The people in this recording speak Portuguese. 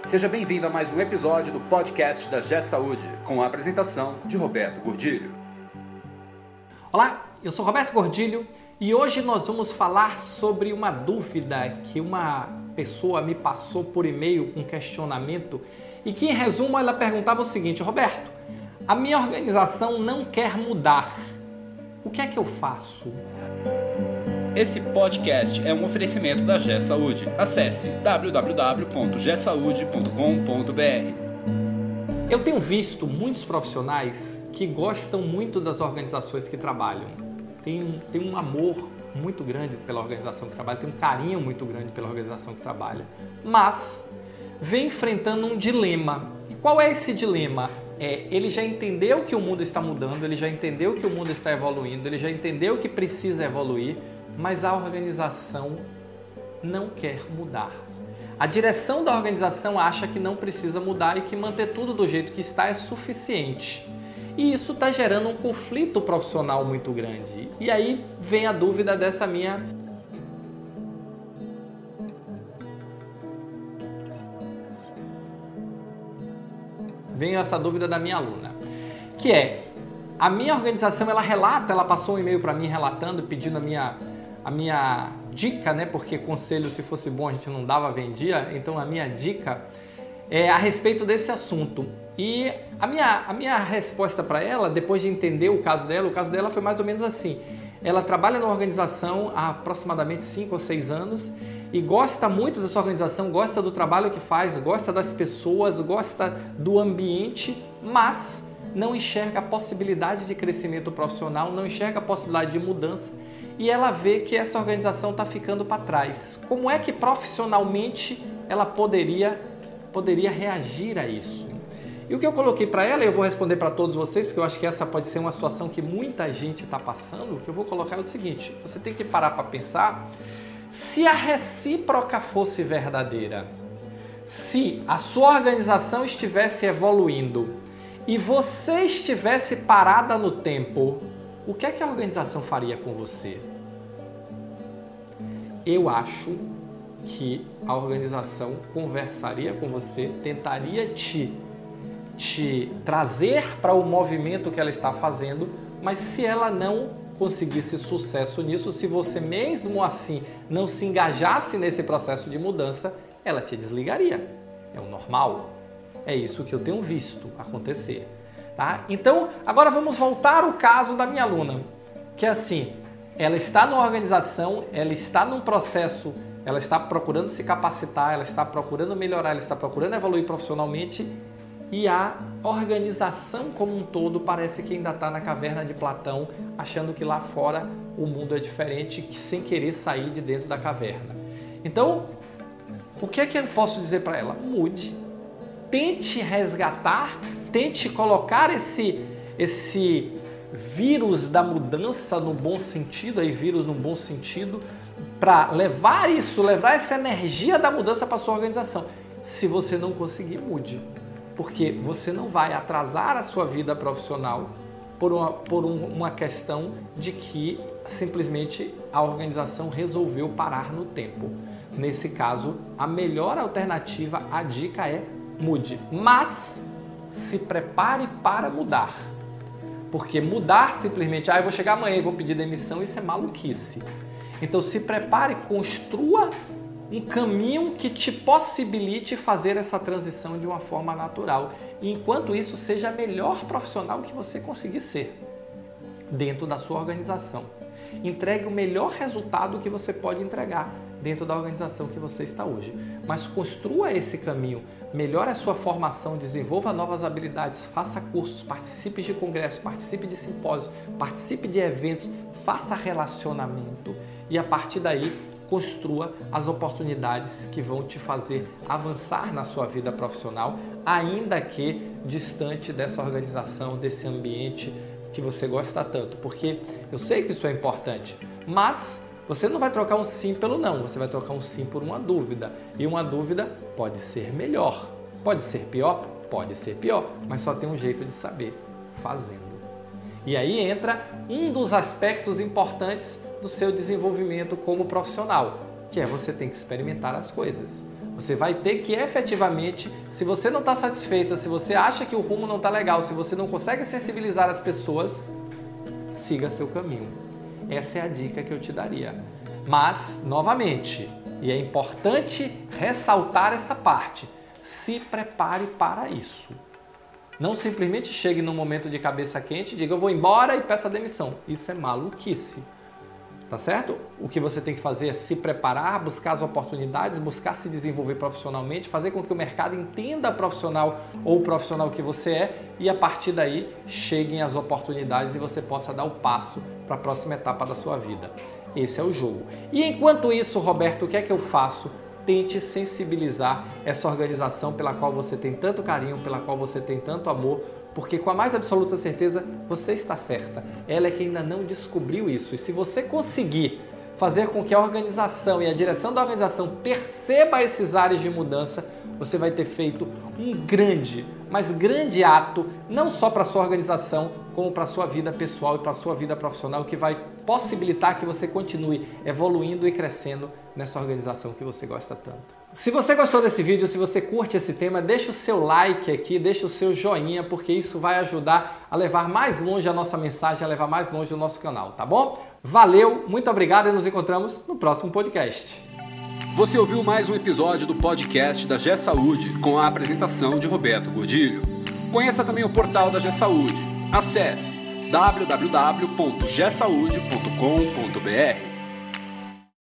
Seja bem-vindo a mais um episódio do podcast da GE Saúde, com a apresentação de Roberto Gordilho. Olá, eu sou Roberto Gordilho e hoje nós vamos falar sobre uma dúvida que uma pessoa me passou por e-mail, um questionamento, e que em resumo ela perguntava o seguinte: Roberto, a minha organização não quer mudar, o que é que eu faço? Esse podcast é um oferecimento da GE Saúde. Acesse www.gesaude.com.br. Eu tenho visto muitos profissionais que gostam muito das organizações que trabalham. Tem um amor muito grande pela organização que trabalha, tem um carinho muito grande pela organização que trabalha, mas vem enfrentando um dilema. E qual é esse dilema? Ele já entendeu que o mundo está mudando, ele já entendeu que o mundo está evoluindo, ele já entendeu que precisa evoluir, mas a organização não quer mudar. A direção da organização acha que não precisa mudar e que manter tudo do jeito que está é suficiente. E isso está gerando um conflito profissional muito grande. E aí vem a dúvida dessa minha... Vem essa dúvida da minha aluna, que é, a minha organização, ela passou um e-mail para mim relatando, pedindo a minha dica, né? Porque conselho, se fosse bom, a gente não dava, vendia. Então a minha dica é a respeito desse assunto. E a minha resposta para ela, depois de entender o caso dela foi mais ou menos assim. Ela trabalha na organização há aproximadamente 5 ou 6 anos e gosta muito dessa organização, gosta do trabalho que faz, gosta das pessoas, gosta do ambiente, mas não enxerga a possibilidade de crescimento profissional, não enxerga a possibilidade de mudança. E ela vê que essa organização está ficando para trás. Como é que profissionalmente ela poderia reagir a isso? E o que eu coloquei para ela, eu vou responder para todos vocês, porque eu acho que essa pode ser uma situação que muita gente está passando. O que eu vou colocar é o seguinte: você tem que parar para pensar se a recíproca fosse verdadeira, se a sua organização estivesse evoluindo e você estivesse parada no tempo, o que é que a organização faria com você? Eu acho que a organização conversaria com você, tentaria te trazer para o movimento que ela está fazendo, mas se ela não conseguisse sucesso nisso, se você mesmo assim não se engajasse nesse processo de mudança, ela te desligaria. É o normal. É isso que eu tenho visto acontecer. Tá? Então, agora vamos voltar ao caso da minha aluna, que é assim, ela está numa organização, ela está num processo, ela está procurando se capacitar, ela está procurando melhorar, ela está procurando evoluir profissionalmente e a organização como um todo parece que ainda está na caverna de Platão, achando que lá fora o mundo é diferente, sem querer sair de dentro da caverna. Então, o que é que eu posso dizer para ela? Mude. Tente resgatar, tente colocar esse vírus da mudança no bom sentido, aí vírus no bom sentido, para levar essa energia da mudança para a sua organização. Se você não conseguir, mude. Porque você não vai atrasar a sua vida profissional por uma questão de que simplesmente a organização resolveu parar no tempo. Nesse caso, a melhor alternativa, a dica é mude, mas se prepare para mudar. Porque mudar simplesmente, eu vou chegar amanhã e vou pedir demissão, isso é maluquice. Então se prepare, construa um caminho que te possibilite fazer essa transição de uma forma natural. E enquanto isso, seja a melhor profissional que você conseguir ser dentro da sua organização. Entregue o melhor resultado que você pode entregar dentro da organização que você está hoje. Mas construa esse caminho, melhore a sua formação, desenvolva novas habilidades, faça cursos, participe de congressos, participe de simpósios, participe de eventos, faça relacionamento e a partir daí construa as oportunidades que vão te fazer avançar na sua vida profissional, ainda que distante dessa organização, desse ambiente que você gosta tanto. Porque eu sei que isso é importante, mas você não vai trocar um sim pelo não, você vai trocar um sim por uma dúvida. E uma dúvida pode ser melhor, pode ser pior, mas só tem um jeito de saber: fazendo. E aí entra um dos aspectos importantes do seu desenvolvimento como profissional, que é você tem que experimentar as coisas. Você vai ter que efetivamente, se você não está satisfeita, se você acha que o rumo não está legal, se você não consegue sensibilizar as pessoas, siga seu caminho. Essa é a dica que eu te daria. Mas, novamente, e é importante ressaltar essa parte, se prepare para isso. Não simplesmente chegue num momento de cabeça quente e diga eu vou embora e peça demissão. Isso é maluquice. Tá certo? O que você tem que fazer é se preparar, buscar as oportunidades, buscar se desenvolver profissionalmente, fazer com que o mercado entenda a profissional ou o profissional que você é e a partir daí cheguem as oportunidades e você possa dar o passo para a próxima etapa da sua vida. Esse é o jogo. E enquanto isso, Roberto, o que é que eu faço? Tente sensibilizar essa organização pela qual você tem tanto carinho, pela qual você tem tanto amor, porque com a mais absoluta certeza você está certa. Ela é que ainda não descobriu isso. E se você conseguir fazer com que a organização e a direção da organização perceba esses áreas de mudança, você vai ter feito um grande, mas grande ato, não só para a sua organização, como para a sua vida pessoal e para a sua vida profissional, que vai possibilitar que você continue evoluindo e crescendo nessa organização que você gosta tanto. Se você gostou desse vídeo, se você curte esse tema, deixa o seu like aqui, deixa o seu joinha, porque isso vai ajudar a levar mais longe a nossa mensagem, a levar mais longe o nosso canal, tá bom? Valeu, muito obrigado e nos encontramos no próximo podcast. Você ouviu mais um episódio do podcast da G-Saúde, com a apresentação de Roberto Gordilho. Conheça também o portal da G-Saúde. Acesse www.gsaude.com.br.